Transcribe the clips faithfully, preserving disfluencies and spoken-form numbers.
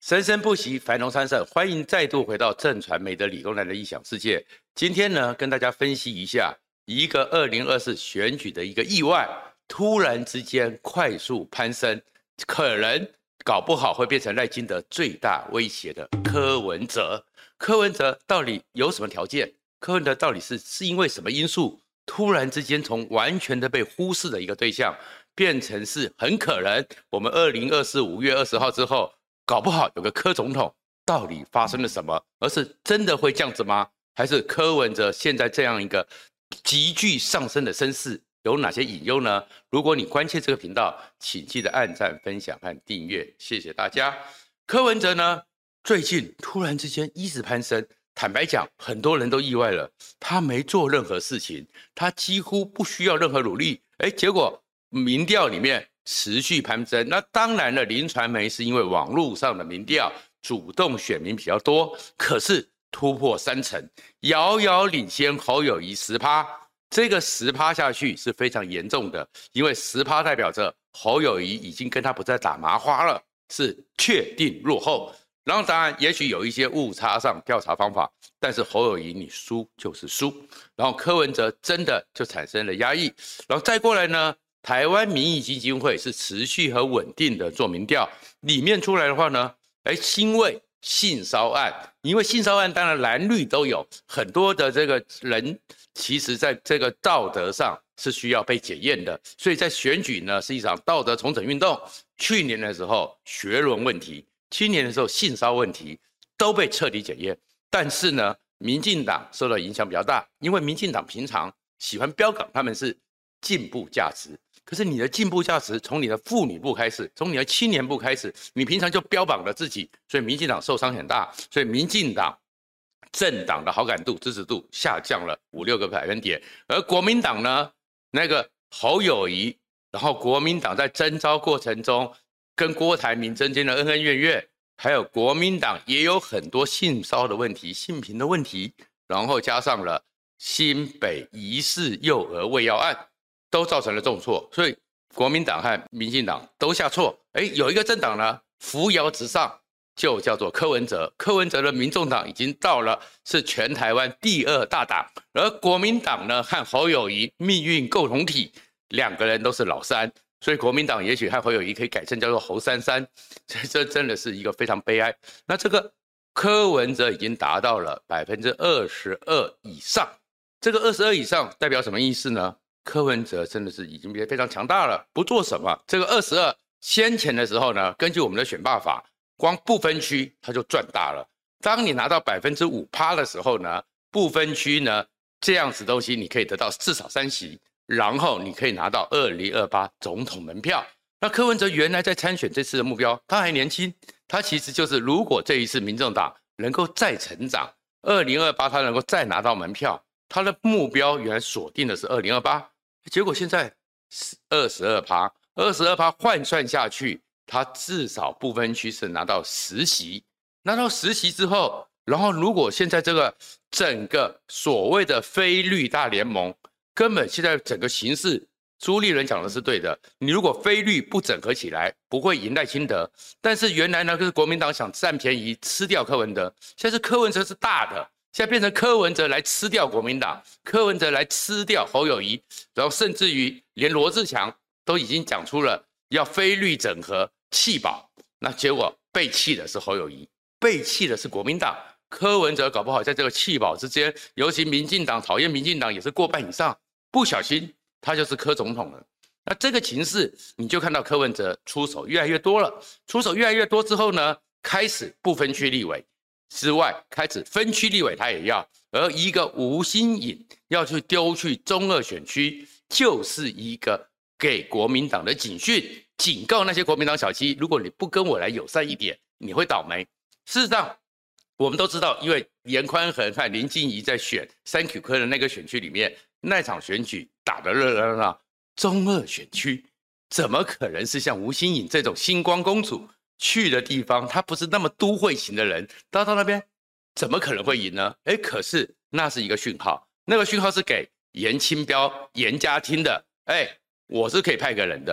生生不息，繁荣昌盛。欢迎再度回到正传媒的理工男的异想世界。今天呢，跟大家分析一下一个二零二四选举的一个意外，突然之间快速攀升，可能搞不好会变成赖清德最大威胁的柯文哲。柯文哲到底有什么条件？柯文哲到底是是因为什么因素，突然之间从完全的被忽视的一个对象，变成是很可能我们二零二四五月二十号之后，搞不好有个柯总统，到底发生了什么？而是真的会这样子吗？还是柯文哲现在这样一个急剧上升的声势有哪些隐忧呢？如果你关切这个频道，请记得按赞、分享和订阅，谢谢大家。柯文哲呢，最近突然之间一直攀升，坦白讲，很多人都意外了，他没做任何事情，他几乎不需要任何努力，哎，结果民调里面持续攀升。那当然了，林传媒是因为网络上的民调主动选民比较多，可是突破三成，遥遥领先侯友宜 百分之十。 这个 百分之十 下去是非常严重的，因为 百分之十 代表着侯友宜已经跟他不再打麻花了，是确定落后。然后当然也许有一些误差上调查方法，但是侯友宜你输就是输。然后柯文哲真的就产生了压抑。然后再过来呢，台湾民意基金会是持续和稳定的做民调，里面出来的话呢，哎，因为性骚案，因为性骚案当然蓝绿都有，很多的这个人其实在这个道德上是需要被检验的，所以在选举呢是一场道德重整运动。去年的时候学伦问题，今年的时候性骚问题都被彻底检验，但是呢，民进党受到影响比较大，因为民进党平常喜欢标榜他们是进步价值。可是你的进步价值从你的妇女部开始，从你的青年部开始，你平常就标榜了自己，所以民进党受伤很大，所以民进党政党的好感度、支持度下降了五六个百分点。而国民党呢，那个侯友宜，然后国民党在征召过程中跟郭台铭之间的恩恩怨怨，还有国民党也有很多性骚的问题、性平的问题，然后加上了新北疑似幼儿喂药案，都造成了重挫，所以国民党和民进党都下挫。哎，有一个政党呢扶摇直上，就叫做柯文哲。柯文哲的民众党已经到了是全台湾第二大党，而国民党呢和侯友宜命运共同体，两个人都是老三，所以国民党也许和侯友宜可以改成叫做侯三三，这真的是一个非常悲哀。那这个柯文哲已经达到了 百分之二十二 以上，这个二十二以上代表什么意思呢？柯文哲真的是已经非常强大了，不做什么。这个二十二先前的时候呢，根据我们的选罢法，光不分区他就赚大了。当你拿到 百分之五 的时候呢，不分区呢这样子东西你可以得到至少三席，然后你可以拿到二零二八总统门票。那柯文哲原来在参选这次的目标，他还年轻，他其实就是如果这一次民众党能够再成长，二零二八他能够再拿到门票，他的目标原来锁定的是二零二八，结果现在 二十二趴， 二十二趴换算下去，他至少不分区是拿到十席，拿到十席之后，然后如果现在这个整个所谓的非绿大联盟，根本现在整个形势，朱立伦讲的是对的，你如果非绿不整合起来，不会赢赖清德。但是原来呢，就是国民党想占便宜吃掉柯文哲，现在是柯文哲是大的，现在变成柯文哲来吃掉国民党，柯文哲来吃掉侯友宜，然后甚至于连罗智强都已经讲出了要非绿整合弃保，那结果被弃的是侯友宜，被弃的是国民党。柯文哲搞不好在这个弃保之间，尤其民进党讨厌民进党也是过半以上，不小心他就是柯总统了。那这个情势你就看到柯文哲出手越来越多了，出手越来越多之后呢，开始不分区立委之外，开始分区立委他也要，而一个吴欣颖要去丢去中二选区，就是一个给国民党的警讯，警告那些国民党小鸡，如果你不跟我来友善一点，你会倒霉。事实上我们都知道，因为严宽恒和林静怡在选三 Q 科的那个选区里面，那场选举打得热热闹，中二选区怎么可能是像吴欣颖这种星光公主去的地方？她不是那么都会型的人，到到那边怎么可能会赢呢？哎，可是那是一个讯号，那个讯号是给严清标、严家听的。哎，我是可以派个人的，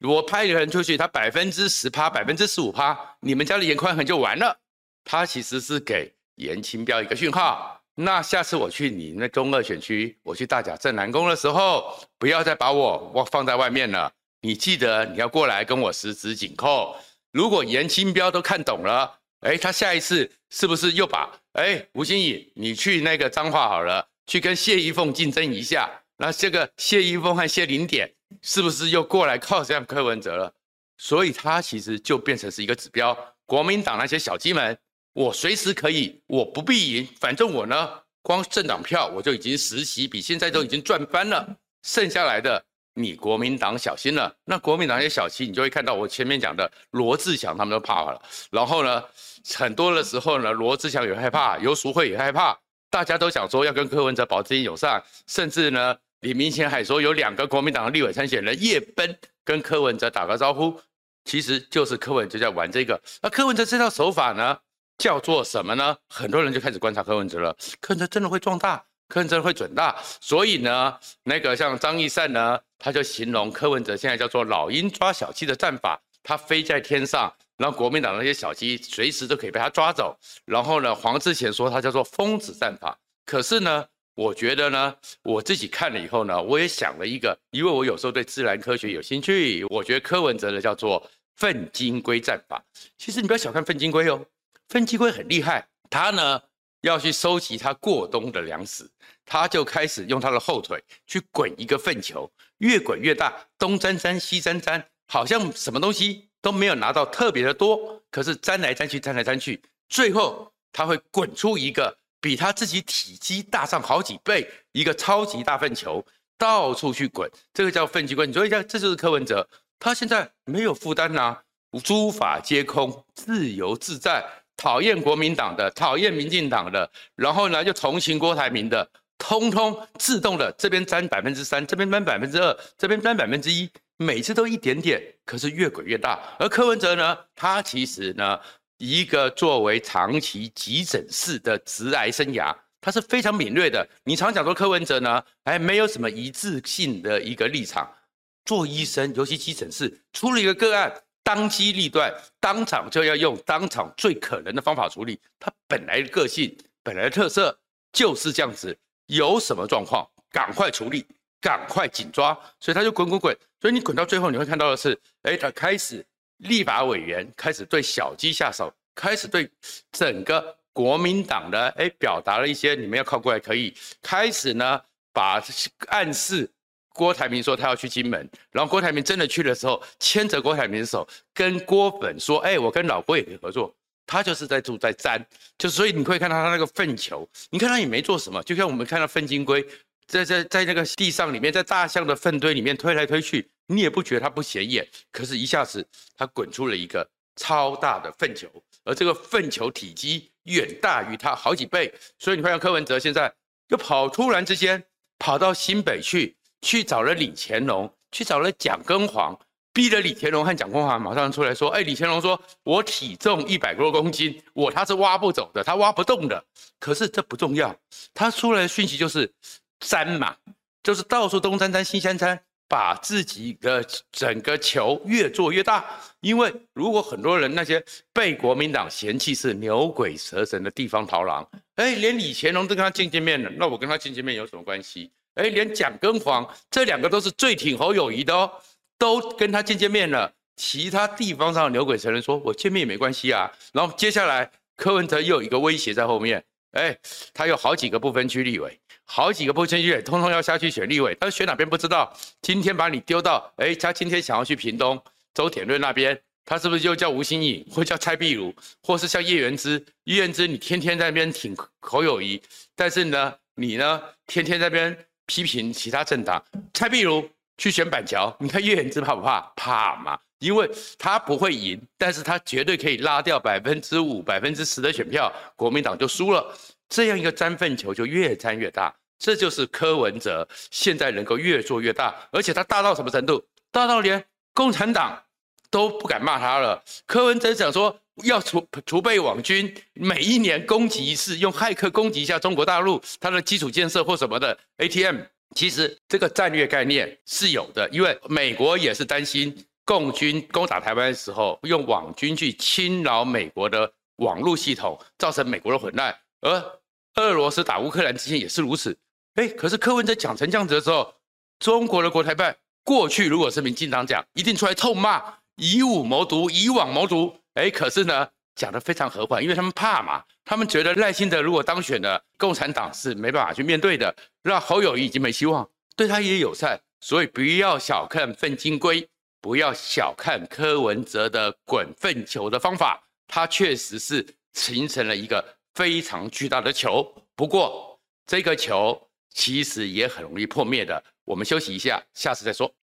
我派一个人出去，他百分之十趴、百分之十五趴，你们家的严宽恒就完了。他其实是给严清标一个讯号。那下次我去你那中二选区，我去大甲镇南宫的时候，不要再把我我放在外面了。你记得你要过来跟我十指紧扣。如果严清标都看懂了，哎，他下一次是不是又把哎吴欣颖你去那个彰化好了，去跟谢依凤竞争一下？那这个谢依凤和谢林典是不是又过来靠这样柯文哲了？所以他其实就变成是一个指标。国民党那些小鸡们，我随时可以，我不必赢，反正我呢，光政党票我就已经十席，比现在都已经赚翻了。剩下来的你国民党小心了。那国民党也小心，你就会看到我前面讲的罗志祥他们都怕了。然后呢，很多的时候呢，罗志祥也害怕，游淑慧也害怕，大家都想说要跟柯文哲保持友善，甚至呢，李明贤还说有两个国民党的立委参选人夜奔跟柯文哲打个招呼，其实就是柯文哲在玩这个。那柯文哲这套手法呢？叫做什么呢？很多人就开始观察柯文哲了。柯文哲真的会壮大，柯文哲会准大，所以呢，那个像张义善呢，他就形容柯文哲现在叫做老鹰抓小鸡的战法，他飞在天上，然后国民党那些小鸡随时都可以被他抓走。然后呢，黄志贤说他叫做疯子战法。可是呢，我觉得呢，我自己看了以后呢，我也想了一个，因为我有时候对自然科学有兴趣，我觉得柯文哲的叫做粪金龟战法。其实你不要小看粪金龟哦。粪金龟很厉害，他呢要去收集他过冬的粮食，他就开始用他的后腿去滚一个粪球，越滚越大，东沾沾西沾沾，好像什么东西都没有拿到特别的多，可是沾来沾去沾来沾去，最后他会滚出一个比他自己体积大上好几倍一个超级大粪球，到处去滚，这个叫粪金龟。你说一下，这就是柯文哲，他现在没有负担啊，诸法皆空，自由自在。讨厌国民党的，讨厌民进党的，然后呢就同情郭台铭的，通通自动的这边沾百分之三，这边沾百分之二，这边沾百分之一，每次都一点点，可是越滚越大。而柯文哲呢，他其实呢，一个作为长期急诊室的职癌生涯，他是非常敏锐的。你常讲说柯文哲呢，还没有什么一致性的一个立场，做医生，尤其急诊室出了一个个案。当机立断，当场就要用当场最可能的方法处理。他本来的个性，本来的特色就是这样子，有什么状况赶快处理，赶快紧抓，所以他就滚滚滚。所以你滚到最后，你会看到的是，哎，他开始立法委员开始对小鸡下手，开始对整个国民党的哎表达了一些你们要靠过来可以，开始呢把暗示。郭台铭说他要去金门，然后郭台铭真的去的时候，牵着郭台铭的手，跟郭粉说：“哎、欸，我跟老郭也可以合作。”他就是在住在沾，就所以你会看到他那个粪球，你看他也没做什么，就像我们看到粪金龟在在在那个地上里面，在大象的粪堆里面推来推去，你也不觉得他不显眼，可是一下子他滚出了一个超大的粪球，而这个粪球体积远大于他好几倍，所以你会看柯文哲现在又跑，突然之间跑到新北去。去找了李乾隆，去找了蒋根煌，逼了李乾隆和蒋根煌马上出来说：“哎，李乾隆说，我体重一百多公斤，我他是挖不走的，他挖不动的。可是这不重要，他出来的讯息就是沾嘛，就是到处东沾沾西沾沾，把自己的整个球越做越大。因为如果很多人那些被国民党嫌弃是牛鬼蛇神的地方逃狼，哎，连李乾隆都跟他见见面了，那我跟他见见面有什么关系？”哎，连蒋跟黄这两个都是最挺侯友宜的哦，都跟他见见面了。其他地方上的牛鬼蛇神说：“我见面也没关系啊。”然后接下来柯文哲又有一个威胁在后面，哎，他有好几个不分区立委，好几个不分区立委，通通要下去选立委，他选哪边不知道。今天把你丢到，哎，他今天想要去屏东周铁润那边，他是不是就叫吴欣颖，或叫蔡壁如，或是像叶元之？叶元之，你天天在那边挺侯友宜，但是呢，你呢，天天在那边。批评其他政党，蔡壁如去选板桥，你看叶元之怕不怕？怕嘛，因为他不会赢，但是他绝对可以拉掉百分之五、百分之十的选票，国民党就输了。这样一个沾粪球就越沾越大，这就是柯文哲现在能够越做越大，而且他大到什么程度？大到连共产党都不敢骂他了。柯文哲讲说。要储储备网军，每一年攻击一次，用骇客攻击一下中国大陆，它的基础建设或什么的 A T M， 其实这个战略概念是有的，因为美国也是担心共军攻打台湾的时候，用网军去侵扰美国的网络系统，造成美国的混乱。而俄罗斯打乌克兰之前也是如此。哎，可是柯文哲讲成这样子的时候，中国的国台办过去如果是民进党讲，一定出来痛骂，以武谋独，以网谋独。哎，可是呢，讲得非常和缓，因为他们怕嘛，他们觉得赖清德如果当选了，共产党是没办法去面对的，让侯友宜已经没希望，对他也友善，所以不要小看粪金龟，不要小看柯文哲的滚粪球的方法，他确实是形成了一个非常巨大的球。不过这个球其实也很容易破灭的。我们休息一下，下次再说。